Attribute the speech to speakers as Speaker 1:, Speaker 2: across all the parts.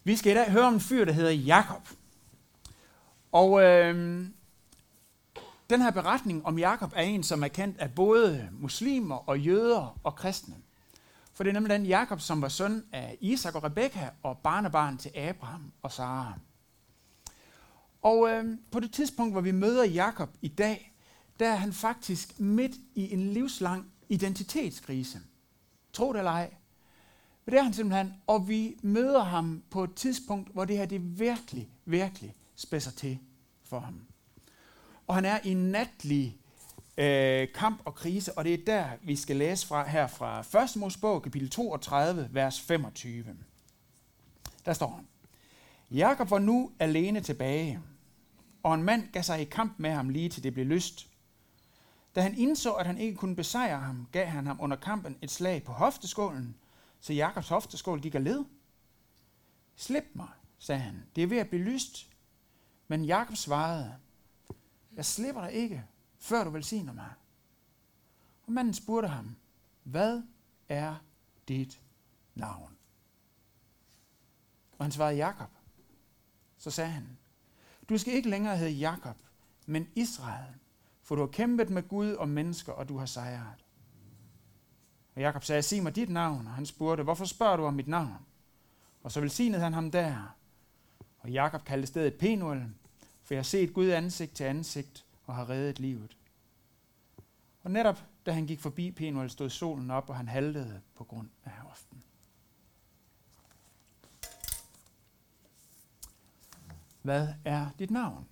Speaker 1: Vi skal i dag høre om en fyr, der hedder Jakob. Og den her beretning om Jakob er en, som er kendt af både muslimer og jøder og kristne. For det er nemlig den Jakob, som var søn af Isak og Rebekka og barnebarn til Abraham og Sara. Og på det tidspunkt, hvor vi møder Jakob i dag, der er han faktisk midt i en livslang identitetskrise. Tro det eller ej. Men det er han simpelthen, og vi møder ham på et tidspunkt, hvor det her det virkelig, virkelig spidser til for ham. Og han er i natlig kamp og krise, og det er der, vi skal læse fra her fra 1. Mosebog, kapitel 32, vers 25. Der står: Jakob var nu alene tilbage, og en mand gav sig i kamp med ham lige til det blev lyst. Da han indså, at han ikke kunne besejre ham, gav han ham under kampen et slag på hofteskålen, så Jakobs hofteskål gik af led. Slip mig, sagde han, det er ved at blive lyst. Men Jakob svarede: jeg slipper dig ikke, før du velsigner mig. Og manden spurgte ham: hvad er dit navn? Og han svarede: Jakob. Så sagde han: du skal ikke længere hedde Jakob, men Israel, for du har kæmpet med Gud og mennesker, og du har sejret. Og Jakob sagde: sig mig dit navn. Og han spurgte: hvorfor spørger du om mit navn? Og så velsignede han ham der. Og Jakob kaldte stedet Penuel, for jeg har set Gud ansigt til ansigt og har reddet livet. Og netop da han gik forbi Penuel, stod solen op, og han haltede på grund af hoften. Hvad er dit navn?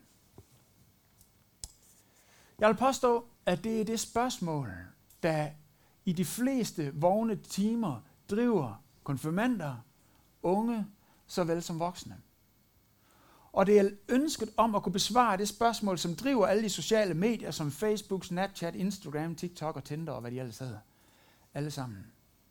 Speaker 1: Jeg vil påstå, at det er det spørgsmål, der i de fleste vågne timer driver konfirmander, unge, såvel som voksne. Og det er ønsket om at kunne besvare det spørgsmål, som driver alle de sociale medier, som Facebook, Snapchat, Instagram, TikTok og Tinder og hvad de ellers hedder. Alle sammen.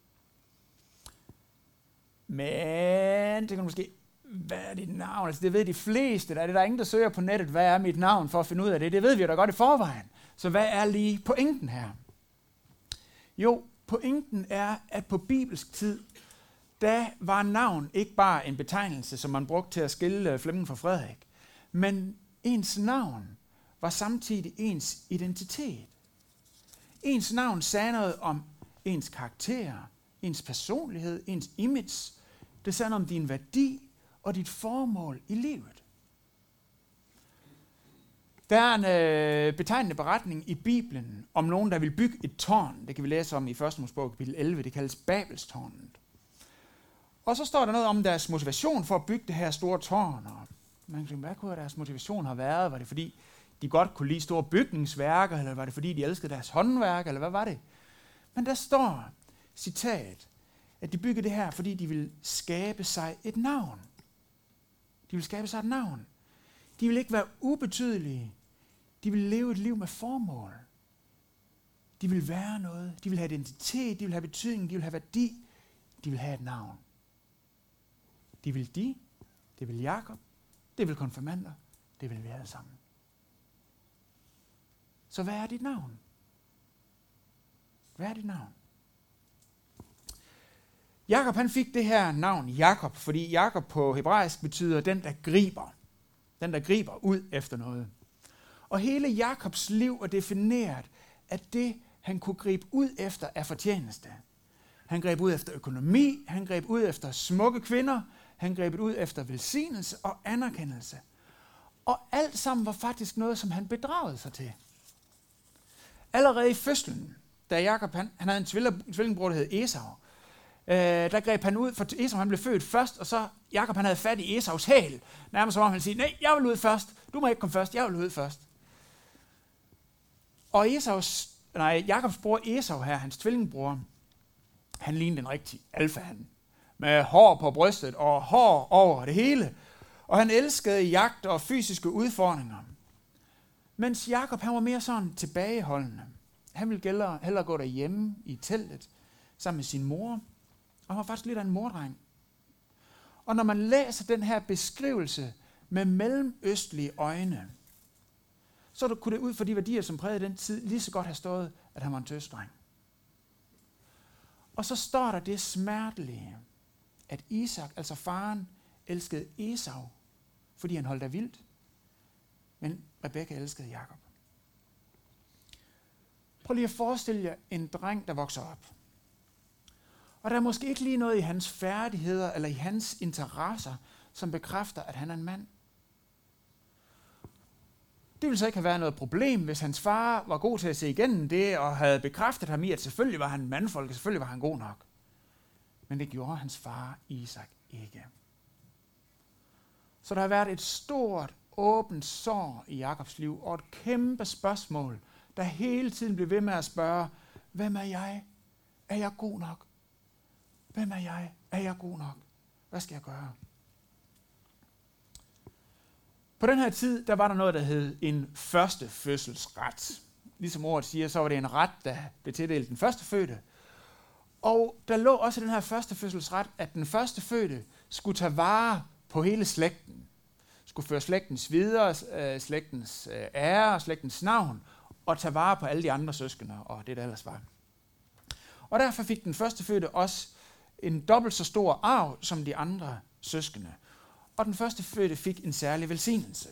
Speaker 1: Men det kan måske, hvad er dit navn? Altså det ved de fleste. Der er ingen, der søger på nettet, hvad er mit navn, for at finde ud af det. Det ved vi jo da godt i forvejen. Så hvad er lige pointen her? Jo, pointen er, at på bibelsk tid, der var navn ikke bare en betegnelse, som man brugte til at skille Flemming fra Frederik, men ens navn var samtidig ens identitet. Ens navn sagde noget om ens karakter, ens personlighed, ens image. Det sagde noget om din værdi og dit formål i livet. Der er en betegnende beretning i Bibelen om nogen, der vil bygge et tårn. Det kan vi læse om i 1. Mosebog kapitel 11. Det kaldes Babelstårnet. Og så står der noget om deres motivation for at bygge det her store tårn. Og man kan sige, hvad kunne deres motivation have været? Var det fordi, de godt kunne lide store bygningsværker, eller var det fordi, de elskede deres håndværk, eller hvad var det? Men der står, citat, at de byggede det her, fordi de ville skabe sig et navn. De ville skabe sig et navn. De ville ikke være ubetydelige. De ville leve et liv med formål. De ville være noget. De ville have identitet, de ville have betydning, de ville have værdi. De ville have et navn. Det vil Jakob, det vil konfirmander, det vil vi alle sammen. Så hvad er dit navn? Hvad er dit navn? Jakob han fik det her navn Jakob, fordi Jakob på hebraisk betyder den, der griber. Den, der griber ud efter noget. Og hele Jakobs liv er defineret af det, han kunne gribe ud efter af fortjeneste. Han greb ud efter økonomi, han greb ud efter smukke kvinder, han greb ud efter velsignelse og anerkendelse. Og alt sammen var faktisk noget, som han bedragede sig til. Allerede i fødslen, da Jakob han havde en tvillingbror, der hed Esau, der greb han ud, for Esau han blev født først, og så Jakob han havde fat i Esaus hæl. Nærmest som om han sige, nej, jeg vil ud først, du må ikke komme først, jeg vil ud først. Og Jakobs bror Esau her, hans tvillingbror, han lignede en rigtig alfahan, med hår på brystet og hår over det hele. Og han elskede jagt og fysiske udfordringer. Mens Jakob han var mere sådan tilbageholdende. Han ville hellere gå derhjemme i teltet sammen med sin mor. Og han var faktisk lidt af en mordreng. Og når man læser den her beskrivelse med mellemøstlige øjne, så kunne det ud fra de værdier, som prægede den tid, lige så godt have stået, at han var en tøsdreng. Og så står der det smertelige, at Isak, altså faren, elskede Esau, fordi han holdt af vildt. Men Rebekka elskede Jakob. Prøv lige at forestille jer en dreng, der vokser op. Og der er måske ikke lige noget i hans færdigheder eller i hans interesser, som bekræfter, at han er en mand. Det ville så ikke have været noget problem, hvis hans far var god til at se igennem det, og havde bekræftet ham i, at selvfølgelig var han en mandfolk, og selvfølgelig var han god nok. Men det gjorde hans far Isak ikke. Så der har været et stort, åbent sår i Jakobs liv, og et kæmpe spørgsmål, der hele tiden blev ved med at spørge, hvem er jeg? Er jeg god nok? Hvem er jeg? Er jeg god nok? Hvad skal jeg gøre? På den her tid, der var der noget, der hed en førstefødselsret. Ligesom ordet siger, så var det en ret, der blev tildelt den førstefødte. Og der lå også i den her førstefødselsret, at den førstefødte skulle tage vare på hele slægten. Skulle føre slægtens videre, slægtens ære, slægtens navn, og tage vare på alle de andre søskende, og det der ellers var. Og derfor fik den førstefødte også en dobbelt så stor arv som de andre søskende. Og den førstefødte fik en særlig velsignelse.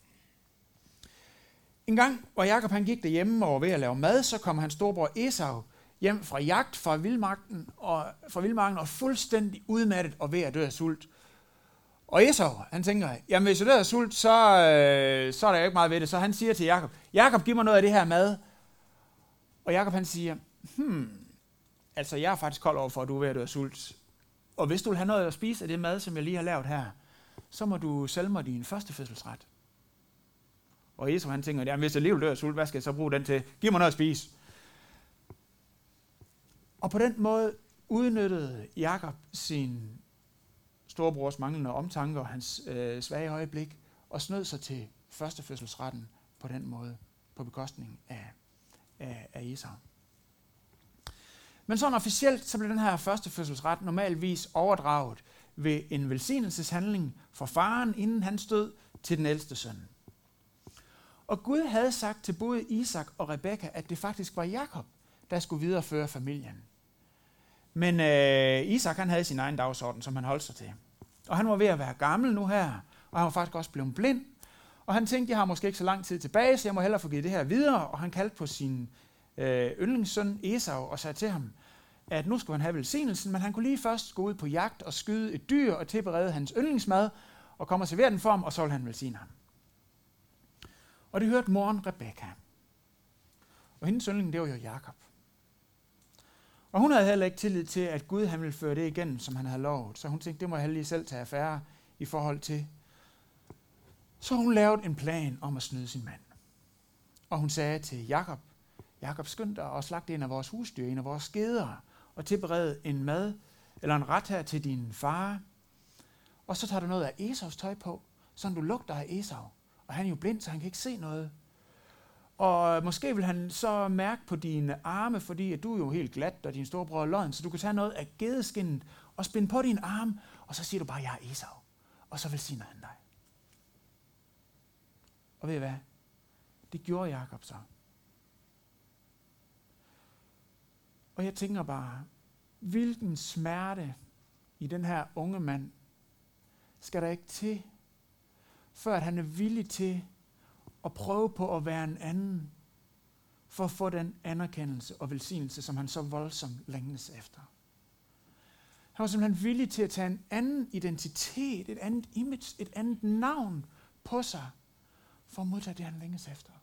Speaker 1: En gang, hvor Jakob han gik derhjemme og var ved at lave mad, så kom hans storebror Esau hjem fra jagt fra vildmarken og fuldstændig udmattet og ved at dø af sult. Og Esau, han tænker, jamen hvis jeg dør af sult, så er der jo ikke meget ved det. Så han siger til Jakob, Jakob, giv mig noget af det her mad. Og Jakob han siger, altså jeg er faktisk kold over for, at du er ved at dø af sult. Og hvis du vil have noget at spise af det mad, som jeg lige har lavet her, så må du sælge mig din førstefødselsret. Og Esau han tænker, jamen hvis jeg alligevel dør af sult, hvad skal jeg så bruge den til? Giv mig noget at spise. Og på den måde udnyttede Jakob sin storebrors manglende omtanke og hans svage øjeblik og snød sig til førstefødselsretten på den måde, på bekostning af Esau. Men sådan officielt, så blev den her førstefødselsret normalvis overdraget ved en velsignelseshandling fra faren, inden han stød til den ældste søn. Og Gud havde sagt til både Isak og Rebekka, at det faktisk var Jakob, der skulle videreføre familien. Men Isak han havde sin egen dagsorden, som han holdt sig til. Og han var ved at være gammel nu her, og han var faktisk også blevet blind. Og han tænkte, jeg har måske ikke så lang tid tilbage, så jeg må hellere få givet det her videre. Og han kaldte på sin yndlingssøn Esau og sagde til ham, at nu skulle han have velsignelsen, men han kunne lige først gå ud på jagt og skyde et dyr og tilberede hans yndlingsmad og komme og servere den for ham, og så ville han velsigne ham. Og det hørte moren Rebekka. Og hendes yndling, det var jo Jakob. Og hun havde heller ikke tillid til, at Gud han ville føre det igennem, som han havde lovet. Så hun tænkte, det må jeg lige selv tage affære i forhold til. Så hun lavede en plan om at snyde sin mand. Og hun sagde til Jakob, Jakob, skynd dig og slagte en af vores husdyr, en af vores skeder, og tilberede en mad eller en ret her til din far. Og så tager du noget af Esaus tøj på, så du lugter af Esau. Og han er jo blind, så han kan ikke se noget. Og måske vil han så mærke på dine arme, fordi at du er jo helt glat, og din storebror er lodden, så du kan tage noget af gedeskindet og spænde på din arm, og så siger du bare, jeg er Esau. Og så velsigner han dig. Og ved I hvad? Det gjorde Jakob så. Og jeg tænker bare, hvilken smerte i den her unge mand skal der ikke til, før at han er villig til at prøve på at være en anden, for at få den anerkendelse og velsignelse, som han så voldsomt længes efter. Han var simpelthen villig til at tage en anden identitet, et andet image, et andet navn på sig, for at modtage det, han længes efter.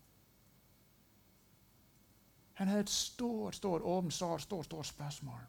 Speaker 1: Han havde et stort åbent sår, et stort spørgsmål.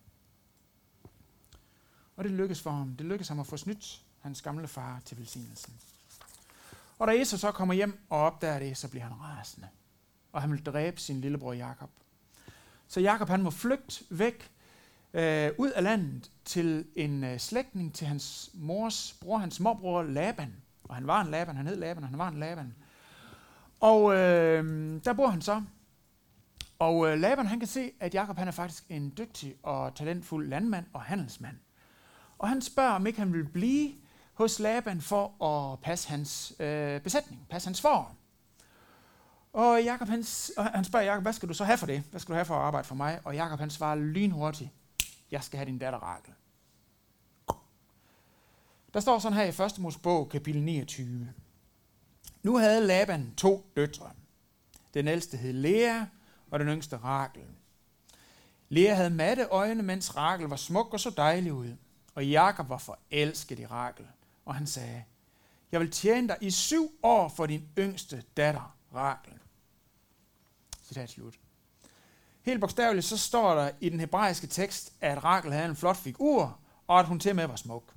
Speaker 1: Og det lykkedes for ham. Det lykkedes ham at få snydt hans gamle far til velsignelsen. Og da Esau så kommer hjem og opdager det, så bliver han rasende. Og han vil dræbe sin lillebror Jakob. Så Jakob han må flygte væk ud af landet til en slægtning til hans mors bror, hans morbror Laban. Og han var en Laban, han hed Laban, og han var en Laban. Og der bor han så. Og Laban han kan se, at Jakob han er faktisk en dygtig og talentfuld landmand og handelsmand. Og han spørger, om ikke han vil blive hos Laban for at passe hans besætning, passe hans får. Og Jakob han spørger Jakob, hvad skal du så have for det? Hvad skal du have for at arbejde for mig? Og Jakob han svarer lynhurtigt, jeg skal have din datter Rachel. Der står sådan her i 1. Mosebog, kapitel 29. Nu havde Laban 2 døtre. Den ældste hed Lea, og den yngste Rachel. Lea havde matte øjne, mens Rachel var smuk og så dejlig ud. Og Jakob var forelsket i Rachel, og han sagde, jeg vil tjene dig i 7 år for din yngste datter, Rachel. Citat slut. Helt bogstaveligt så står der i den hebraiske tekst, at Rachel havde en flot figur, og at hun til med var smuk.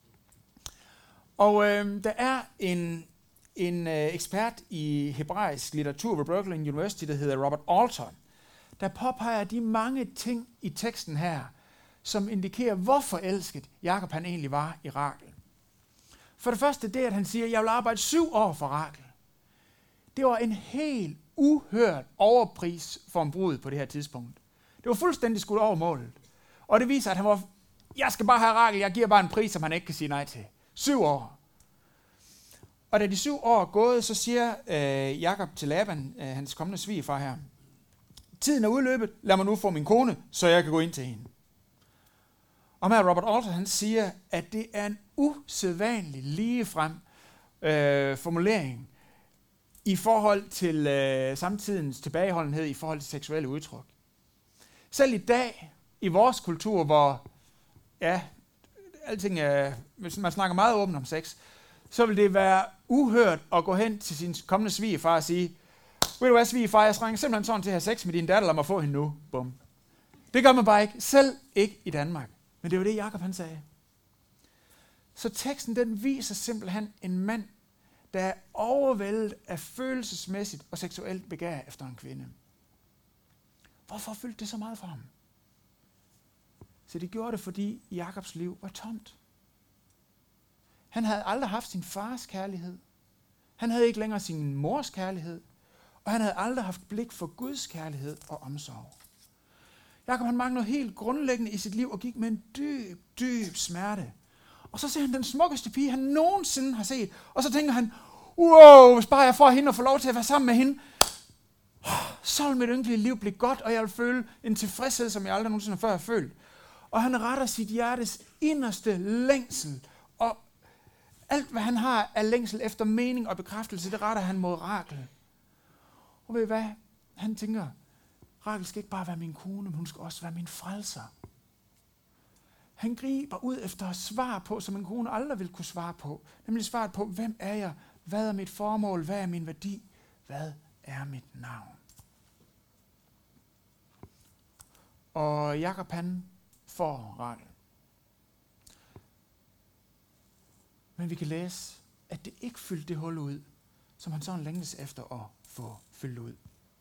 Speaker 1: Og der er en ekspert i hebraisk litteratur ved Berkeley University, der hedder Robert Alton, der påpeger de mange ting i teksten her, som indikerer, hvor forelsket Jakob han egentlig var i Rachel. For det første det, at han siger, jeg vil arbejde 7 år for Rachel. Det var en helt uhørt overpris for en brud på det her tidspunkt. Det var fuldstændig skudt over målet. Og det viser, at han var, jeg skal bare have Rachel, jeg giver bare en pris, som han ikke kan sige nej til. 7 år. Og da de 7 år er gået, så siger Jakob til Laban, hans kommende svigerfar her, tiden er udløbet, lad mig nu få min kone, så jeg kan gå ind til hende. Og med Robert Alton, han siger, at det er en usædvanlig ligefrem formulering i forhold til samtidens tilbageholdenhed i forhold til seksuelle udtryk. Selv i dag, i vores kultur, hvor alting er, hvis man snakker meget åbent om sex, så vil det være uhørt at gå hen til sin kommende svigerfar og sige, ved du hvad, svigerfar, jeg trænger simpelthen sådan til at have sex med din datter, lad mig få hende nu. Bum. Det gør man bare ikke, selv ikke i Danmark. Men det var det, Jakob han sagde. Så teksten den viser simpelthen en mand, der er overvældet af følelsesmæssigt og seksuelt begær efter en kvinde. Hvorfor fyldte det så meget for ham? Så det gjorde det, fordi Jakobs liv var tomt. Han havde aldrig haft sin fars kærlighed. Han havde ikke længere sin mors kærlighed. Og han havde aldrig haft blik for Guds kærlighed og omsorg. Jakob han manglede helt grundlæggende i sit liv og gik med en dyb, dyb smerte. Og så ser han den smukkeste pige, han nogensinde har set. Og så tænker han, wow, hvis bare jeg får hende og får lov til at være sammen med hende, så vil mit ynkelige liv blive godt, og jeg vil føle en tilfredshed, som jeg aldrig nogensinde før har følt. Og han retter sit hjertes inderste længsel, og alt hvad han har af længsel efter mening og bekræftelse, det retter han mod Rachel. Og ved I hvad? Han tænker, Rachel skal ikke bare være min kone, men hun skal også være min frelser. Han griber ud efter at svare på, som en kone aldrig vil kunne svare på. Nemlig svaret på, hvem er jeg? Hvad er mit formål? Hvad er min værdi? Hvad er mit navn? Og Jakob han får Rachel. Men vi kan læse, at det ikke fyldte det hul ud, som han sådan længes efter at få fyldt ud.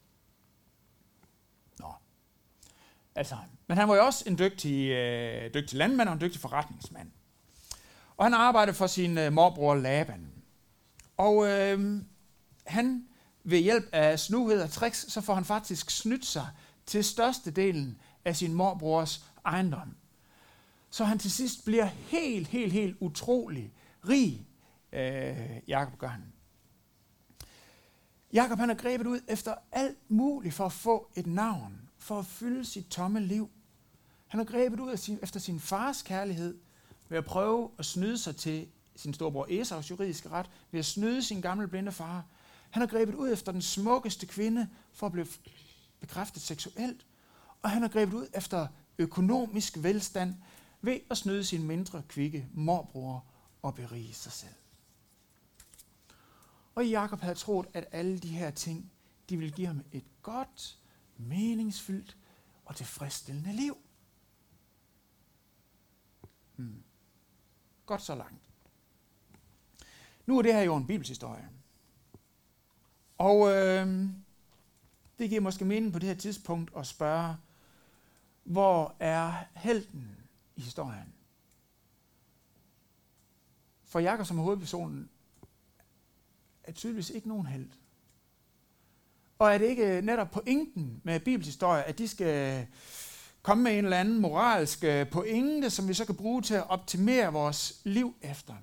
Speaker 1: Altså, men han var jo også en dygtig landmand og en dygtig forretningsmand. Og han arbejdede for sin morbror Laban. Og han ved hjælp af snuhed og tricks, så får han faktisk snydt sig til størstedelen af sin morbrors ejendom. Så han til sidst bliver helt utrolig rig, Jakob gør han. Jakob han er grebet ud efter alt muligt for at få et navn, for at fylde sit tomme liv. Han er grebet ud efter sin fars kærlighed, ved at prøve at snyde sig til sin storebror Esaus juridiske ret, ved at snyde sin gamle blinde far. Han er grebet ud efter den smukkeste kvinde, for at blive bekræftet seksuelt. Og han er grebet ud efter økonomisk velstand, ved at snyde sin mindre kvikke morbror og berige sig selv. Og Jakob havde troet, at alle de her ting, de ville give ham et godt, meningsfyldt og tilfredsstillende liv. Godt så langt. Nu er det her jo en bibelshistorie. Og det giver måske mening på det her tidspunkt at spørge, hvor er helten i historien? For Jakob som hovedpersonen er tydeligvis ikke nogen helt. Og er det ikke netop pointen med bibelshistorie, at de skal komme med en eller anden moralsk pointe, som vi så kan bruge til at optimere vores liv efter?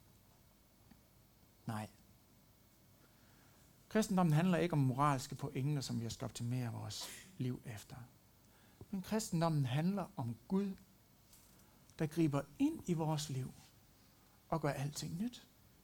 Speaker 1: Nej. Kristendommen handler ikke om moralske pointer, som vi skal optimere vores liv efter. Men kristendommen handler om Gud, der griber ind i vores liv og gør alting nyt.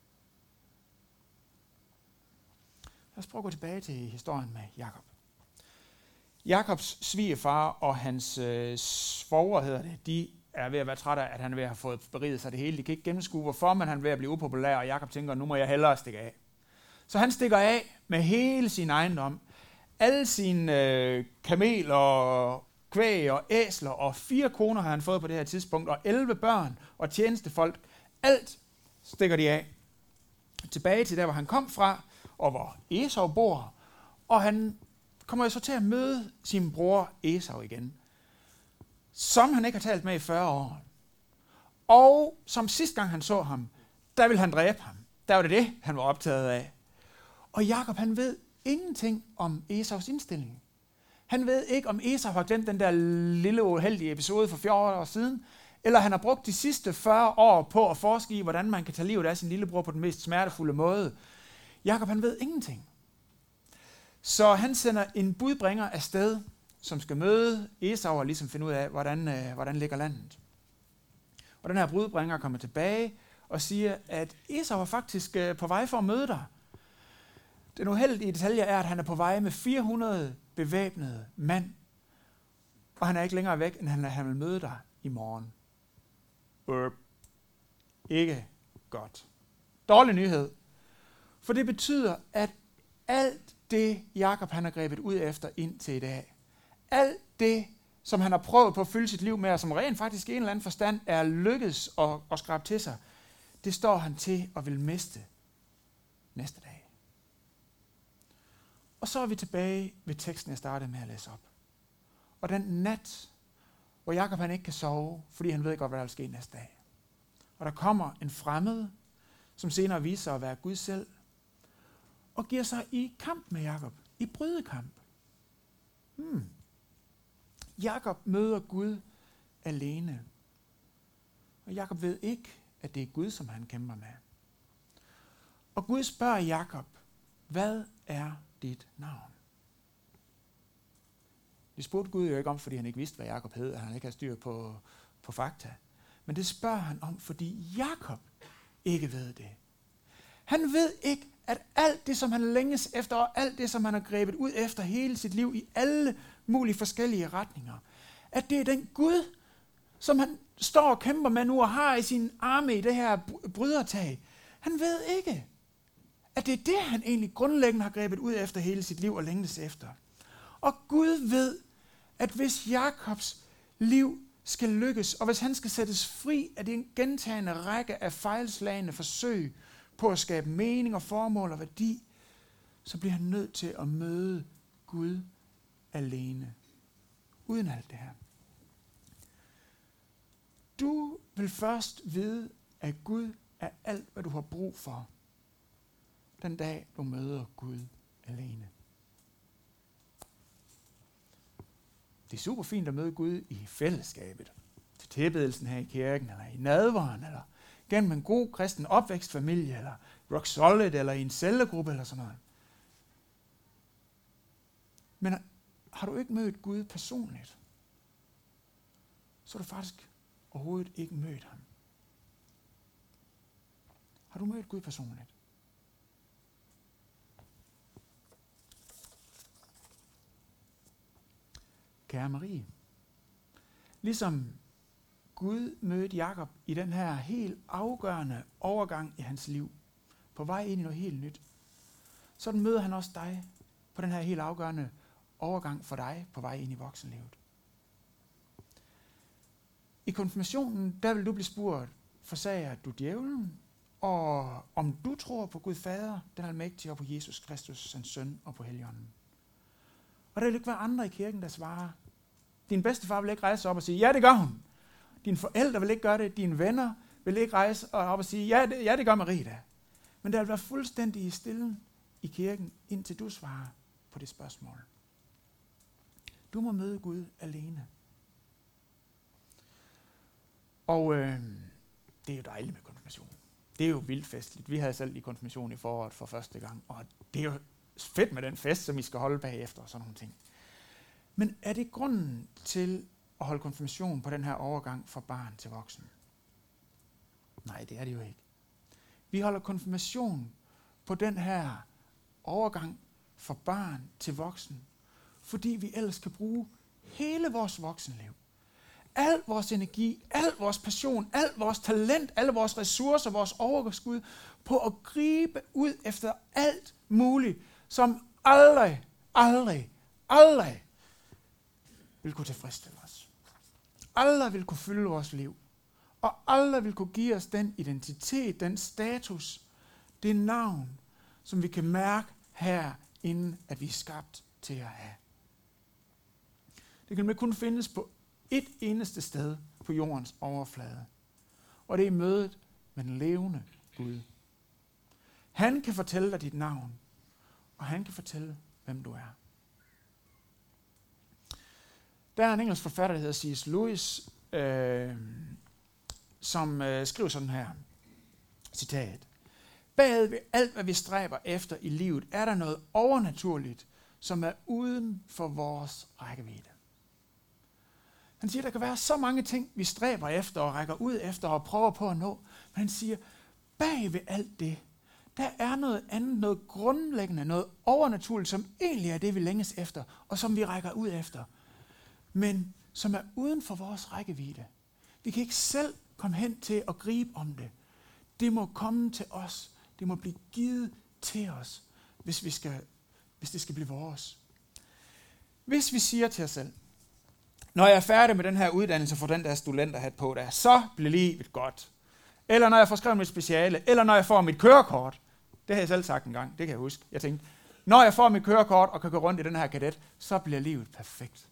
Speaker 1: Lad os prøve at gå tilbage til historien med Jakob. Jakobs svigerfar og hans svoger, hedder det, de er ved at være trætte af, at han er ved at have fået beriget sig det hele. De kan ikke gennemskue, hvorfor, men han er ved at blive upopulær, og Jakob tænker, nu må jeg hellere stikke af. Så han stikker af med hele sin ejendom, alle sine kameler, kvæg og æsler, og 4 koner har han fået på det her tidspunkt, og 11 børn og tjenestefolk. Alt stikker de af. Tilbage til der, hvor han kom fra, og hvor Esau bor, og han kommer jo så til at møde sin bror Esau igen, som han ikke har talt med i 40 år. Og som sidste gang han så ham, der ville han dræbe ham. Der var det, han var optaget af. Og Jakob, han ved ingenting om Esaus indstilling. Han ved ikke, om Esau har glemt den der lille uheldige episode for 4 år siden, eller han har brugt de sidste 40 år på at forske i, hvordan man kan tage livet af sin lillebror på den mest smertefulde måde. Jakob, han ved ingenting. Så han sender en budbringer afsted, som skal møde Esau og ligesom finde ud af, hvordan ligger landet. Og den her budbringer kommer tilbage og siger, at Esau var faktisk på vej for at møde dig. Den uheldige detalje er, at han er på vej med 400 bevæbnede mand, og han er ikke længere væk, end han vil møde dig i morgen. Ikke godt. Dårlig nyhed. For det betyder, at alt det, Jakob han har grebet ud efter indtil i dag, alt det, som han har prøvet på at fylde sit liv med, og som rent faktisk i en eller anden forstand er lykkedes at skrabe til sig, det står han til at vil miste næste dag. Og så er vi tilbage ved teksten, jeg startede med at læse op. Og den nat, hvor Jakob han ikke kan sove, fordi han ved godt, hvad der vil ske næste dag. Og der kommer en fremmed, som senere viser sig at være Gud selv, og giver sig i kamp med Jakob, i brydekamp. Jakob møder Gud alene. Og Jakob ved ikke, at det er Gud, som han kæmper med. Og Gud spørger Jakob, hvad er dit navn? Det spurgte Gud jo ikke om, fordi han ikke vidste, hvad Jakob hed, og han ikke havde styr på fakta. Men det spørger han om, fordi Jakob ikke ved det. Han ved ikke, at alt det, som han længes efter, og alt det, som han har grebet ud efter hele sit liv i alle mulige forskellige retninger, at det er den Gud, som han står og kæmper med nu og har i sin arme i det her brydertag. Han ved ikke, at det er det, han egentlig grundlæggende har grebet ud efter hele sit liv og længes efter. Og Gud ved, at hvis Jakobs liv skal lykkes, og hvis han skal sættes fri af den gentagne række af fejlslagende forsøg på at skabe mening og formål og værdi, så bliver han nødt til at møde Gud alene. Uden alt det her. Du vil først vide, at Gud er alt, hvad du har brug for, den dag du møder Gud alene. Det er super fint at møde Gud i fællesskabet, til tilbedelsen her i kirken, eller i nadveren, eller gennem en god kristen opvækstfamilie, eller rock solid, eller i en cellegruppe, eller sådan noget. Men har du ikke mødt Gud personligt, så har du faktisk overhovedet ikke mødt ham. Har du mødt Gud personligt? Kære Marie, ligesom Gud mødte Jakob i den her helt afgørende overgang i hans liv, på vej ind i noget helt nyt, så møder han også dig på den her helt afgørende overgang for dig på vej ind i voksenlivet. I konfirmationen, der vil du blive spurgt, forsager du djævlen, og om du tror på Gud Fader, den almægtige, og på Jesus Kristus, hans søn, og på Helligånden. Og der vil ikke være andre i kirken, der svarer. Din bedstefar vil ikke rejse op og sige, ja, det gør hun. Dine forældre vil ikke gøre det. Dine venner vil ikke rejse op og sige, ja, det gør Marie da. Men der vil være fuldstændig i stillen i kirken, indtil du svarer på det spørgsmål. Du må møde Gud alene. Og det er jo dejligt med konfirmation. Det er jo vildt festligt. Vi havde selv i konfirmation i foråret for første gang, og det er jo fedt med den fest, som I skal holde bagefter og sådan nogle ting. Men er det grunden til at holde konfirmation på den her overgang fra barn til voksen? Nej, det er det jo ikke. Vi holder konfirmation på den her overgang fra barn til voksen, fordi vi ellers kan bruge hele vores voksenliv, al vores energi, al vores passion, al vores talent, alle vores ressourcer, vores overskud, på at gribe ud efter alt muligt, som aldrig vil kunne tilfredsstille os. Aldrig vil kunne fylde vores liv. Og aldrig vil kunne give os den identitet, den status, det navn, som vi kan mærke herinde, at vi er skabt til at have. Det kan nemlig kun findes på et eneste sted på jordens overflade. Og det er mødet med den levende Gud. Han kan fortælle dig dit navn, og han kan fortælle, hvem du er. Der er en engelsk forfatter, der hedder C.S. Lewis, som skriver sådan her, citat: Bagved ved alt, hvad vi stræber efter i livet, er der noget overnaturligt, som er uden for vores rækkevidde. Han siger, der kan være så mange ting, vi stræber efter og rækker ud efter og prøver på at nå. Men han siger, bag ved alt det, der er noget andet, noget grundlæggende, noget overnaturligt, som egentlig er det, vi længes efter, og som vi rækker ud efter, men som er uden for vores rækkevidde. Vi kan ikke selv komme hen til at gribe om det. Det må komme til os. Det må blive givet til os, hvis det skal blive vores. Hvis vi siger til os selv, når jeg er færdig med den her uddannelse for den der studenterhat på der, så bliver livet godt. Eller når jeg får skrevet mit speciale, eller når jeg får mit kørekort. Det har jeg selv sagt en gang, det kan jeg huske. Jeg tænkte, når jeg får mit kørekort og kan gå rundt i den her kadet, så bliver livet perfekt.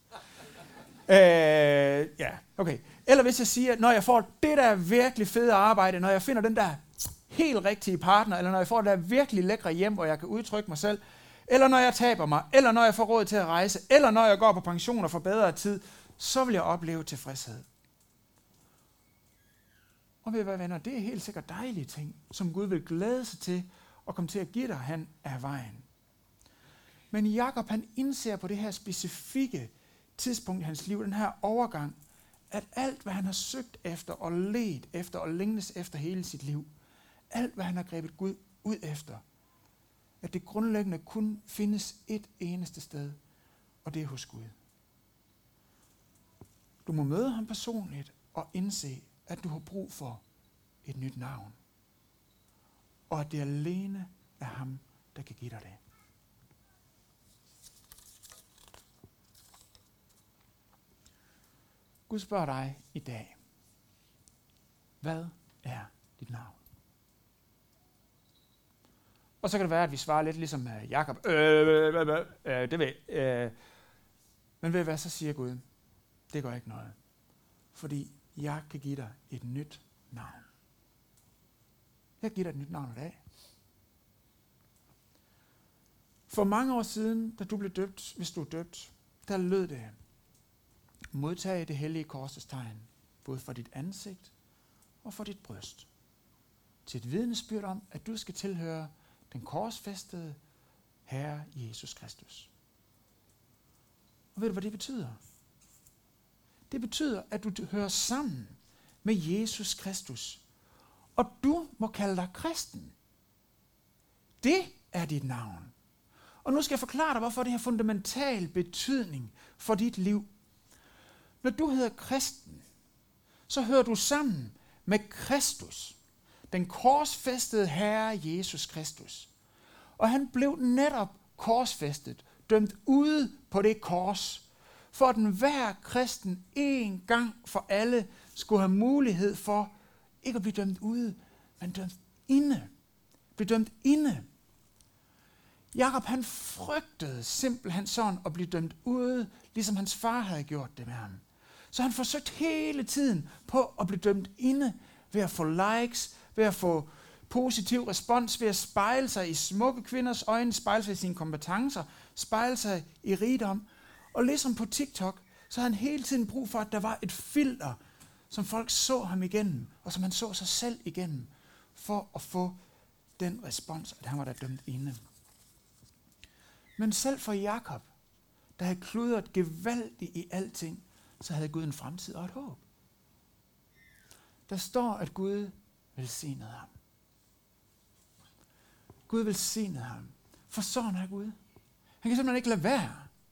Speaker 1: Okay. Eller hvis jeg siger, når jeg får det der virkelig fede arbejde, når jeg finder den der helt rigtige partner, eller når jeg får det der virkelig lækre hjem, hvor jeg kan udtrykke mig selv, eller når jeg taber mig, eller når jeg får råd til at rejse, eller når jeg går på pension og får bedre tid, så vil jeg opleve tilfredshed. Og ved I hvad, venner, det er helt sikkert dejlige ting, som Gud vil glæde sig til og komme til at give dig hen ad vejen. Men Jakob, han indser på det her specifikke tidspunkt i hans liv, den her overgang, at alt, hvad han har søgt efter og ledt efter og længes efter hele sit liv, alt, hvad han har grebet Gud ud efter, at det grundlæggende kun findes et eneste sted, og det er hos Gud. Du må møde ham personligt og indse, at du har brug for et nyt navn, og at det alene er ham, der kan give dig det. Gud spørger dig i dag, hvad er dit navn? Og så kan det være, at vi svarer lidt ligesom Jakob. Det ved Men ved hvad, så siger Gud, det gør ikke noget. Fordi jeg kan give dig et nyt navn. Jeg giver dig et nyt navn i dag. For mange år siden, da du blev døbt, hvis du er døbt, der lød det, modtage det hellige korsets tegn, både for dit ansigt og for dit bryst. Til et vidnesbyrd om, at du skal tilhøre den korsfæstede Herre Jesus Kristus. Og ved du, hvad det betyder? Det betyder, at du hører sammen med Jesus Kristus. Og du må kalde dig kristen. Det er dit navn. Og nu skal jeg forklare dig, hvorfor det har fundamental betydning for dit liv. Når du hedder kristen, så hører du sammen med Kristus, den korsfæstede Herre Jesus Kristus. Og han blev netop korsfæstet, dømt ude på det kors, for at hver kristen en gang for alle skulle have mulighed for ikke at blive dømt ude, men dømt inde. Blive dømt inde. Jakob, han frygtede simpelthen sådan at blive dømt ude, ligesom hans far havde gjort det med ham. Så han forsøgte hele tiden på at blive dømt inde ved at få likes, ved at få positiv respons, ved at spejle sig i smukke kvinders øjne, spejle sig i sine kompetencer, spejle sig i rigdom. Og ligesom på TikTok, så havde han hele tiden brug for, at der var et filter, som folk så ham igennem, og som han så sig selv igennem, for at få den respons, at han var der dømt inde. Men selv for Jakob, der havde kludret gevaldigt i alting, så havde Gud en fremtid og et håb. Der står, at Gud velsignede ham. Gud velsignede ham. For sådan er Gud. Han kan simpelthen ikke lade være.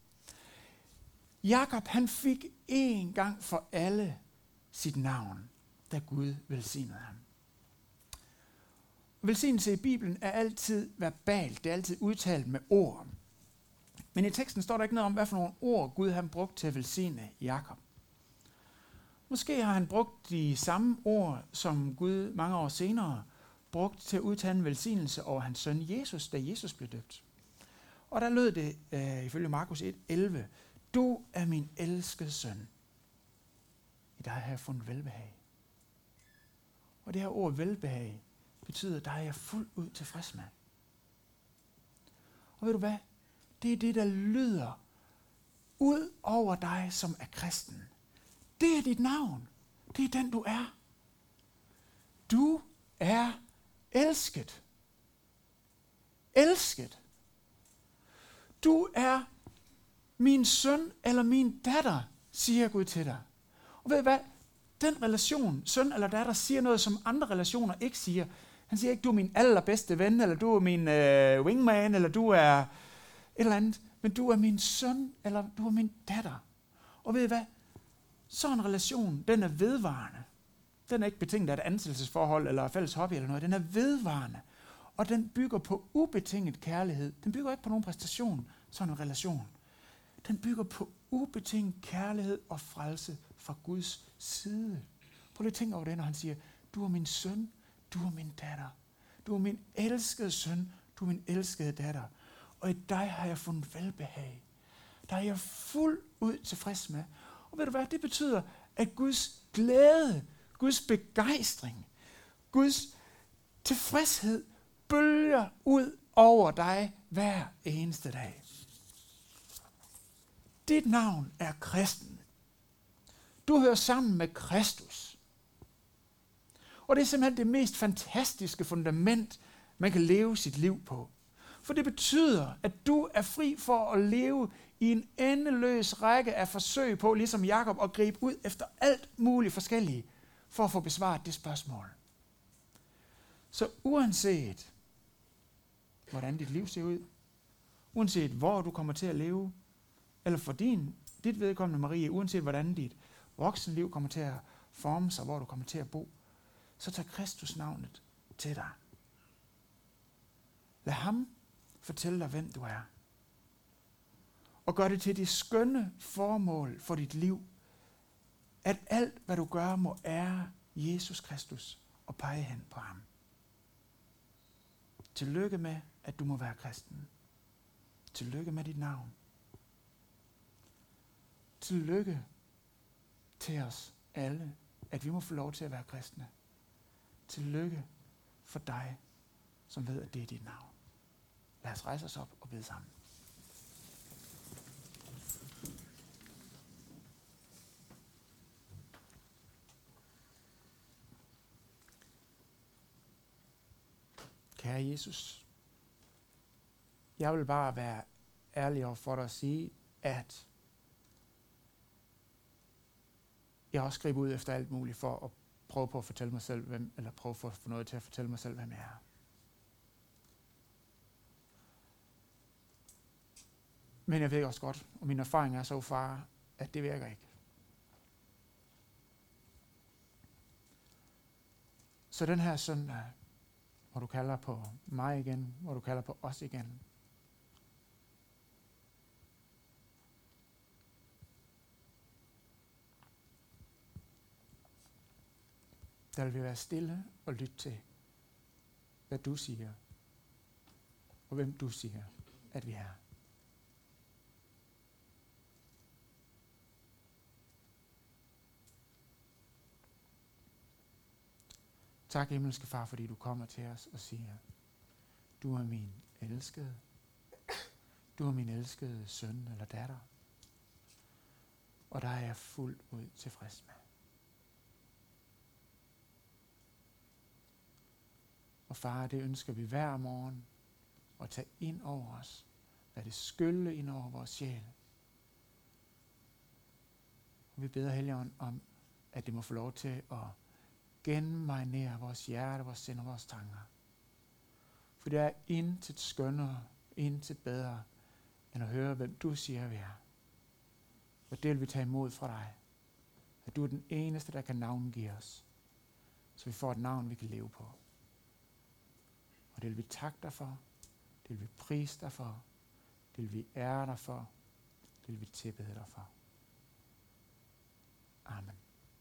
Speaker 1: Jakob, han fik en gang for alle sit navn, da Gud velsignede ham. Velsignelse i Bibelen er altid verbalt, det er altid udtalt med ord. Men i teksten står der ikke noget om, hvad for nogle ord Gud han brugte til at velsigne Jakob. Måske har han brugt de samme ord, som Gud mange år senere brugte til at udtale en velsignelse over hans søn Jesus, da Jesus blev døbt. Og der lød det ifølge Markus 1:11, du er min elskede søn. I dig har jeg fundet velbehag. Og det her ord velbehag betyder, dig er jeg fuldt ud tilfreds med. Og ved du hvad? Det er det, der lyder ud over dig, som er kristen. Det er dit navn. Det er den, du er. Du er elsket. Elsket. Du er min søn eller min datter, siger Gud til dig. Og ved du hvad? Den relation, søn eller datter, siger noget, som andre relationer ikke siger. Han siger ikke, du er min allerbedste ven, eller du er min wingman, eller du er et eller andet. Men du er min søn, eller du er min datter. Og ved I hvad? Sådan en relation, den er vedvarende. Den er ikke betinget af et ansættelsesforhold, eller fælles hobby, eller noget. Den er vedvarende. Og den bygger på ubetinget kærlighed. Den bygger ikke på nogen præstation, sådan en relation. Den bygger på ubetinget kærlighed og frelse fra Guds side. Prøv lige at tænke over det, når han siger, du er min søn, du er min datter. Du er min elskede søn, du er min elskede datter. Og i dig har jeg fundet velbehag. Der er jeg fuldt ud tilfreds med. Og ved du hvad, det betyder, at Guds glæde, Guds begejstring, Guds tilfredshed bølger ud over dig hver eneste dag. Dit navn er kristen. Du hører sammen med Kristus. Og det er simpelthen det mest fantastiske fundament, man kan leve sit liv på. For det betyder, at du er fri for at leve i en endeløs række af forsøg på, ligesom Jakob, at gribe ud efter alt muligt forskellige, for at få besvaret det spørgsmål. Så uanset, hvordan dit liv ser ud, uanset hvor du kommer til at leve, eller for dit vedkommende, Marie, uanset hvordan dit voksenliv kommer til at forme sig, hvor du kommer til at bo, så tag Kristus navnet til dig. Lad ham fortælle dig, hvem du er. Og gør det til det skønne formål for dit liv, at alt, hvad du gør, må ære Jesus Kristus og pege hen på ham. Tillykke med, at du må være kristen. Tillykke med dit navn. Tillykke til os alle, at vi må få lov til at være kristne. Tillykke for dig, som ved, at det er dit navn. Lad os rejse os op og bede sammen. Kære Jesus, jeg vil bare være ærlig over for dig og sige, at jeg også griber ud efter alt muligt for at prøve på at fortælle mig selv, prøve på at få noget til at fortælle mig selv, hvem jeg er. Men jeg ved også godt, og min erfaring er så far, at det virker ikke. Så den her søndag, hvor du kalder på mig igen, hvor du kalder på os igen, der vil vi være stille og lytte til, hvad du siger, og hvem du siger, at vi er. Tak, himmelske far, fordi du kommer til os og siger, du er min elskede. Du er min elskede søn eller datter. Og der er jeg fuldt ud tilfreds med. Og far, det ønsker vi hver morgen at tage ind over os. Lad det skylle ind over vores sjæl. Og vi beder Helligånd om, at det må få lov til at genmarinere vores hjerte, vores sind og vores tanker. For det er intet skønnere, intet bedre, end at høre, hvem du siger, vi er. Og det vil vi tage imod fra dig. At du er den eneste, der kan navngive os. Så vi får et navn, vi kan leve på. Og det vil vi takke dig for. Det vil vi prise dig for. Det vil vi ære dig for. Det vil vi tilbede dig for. Amen.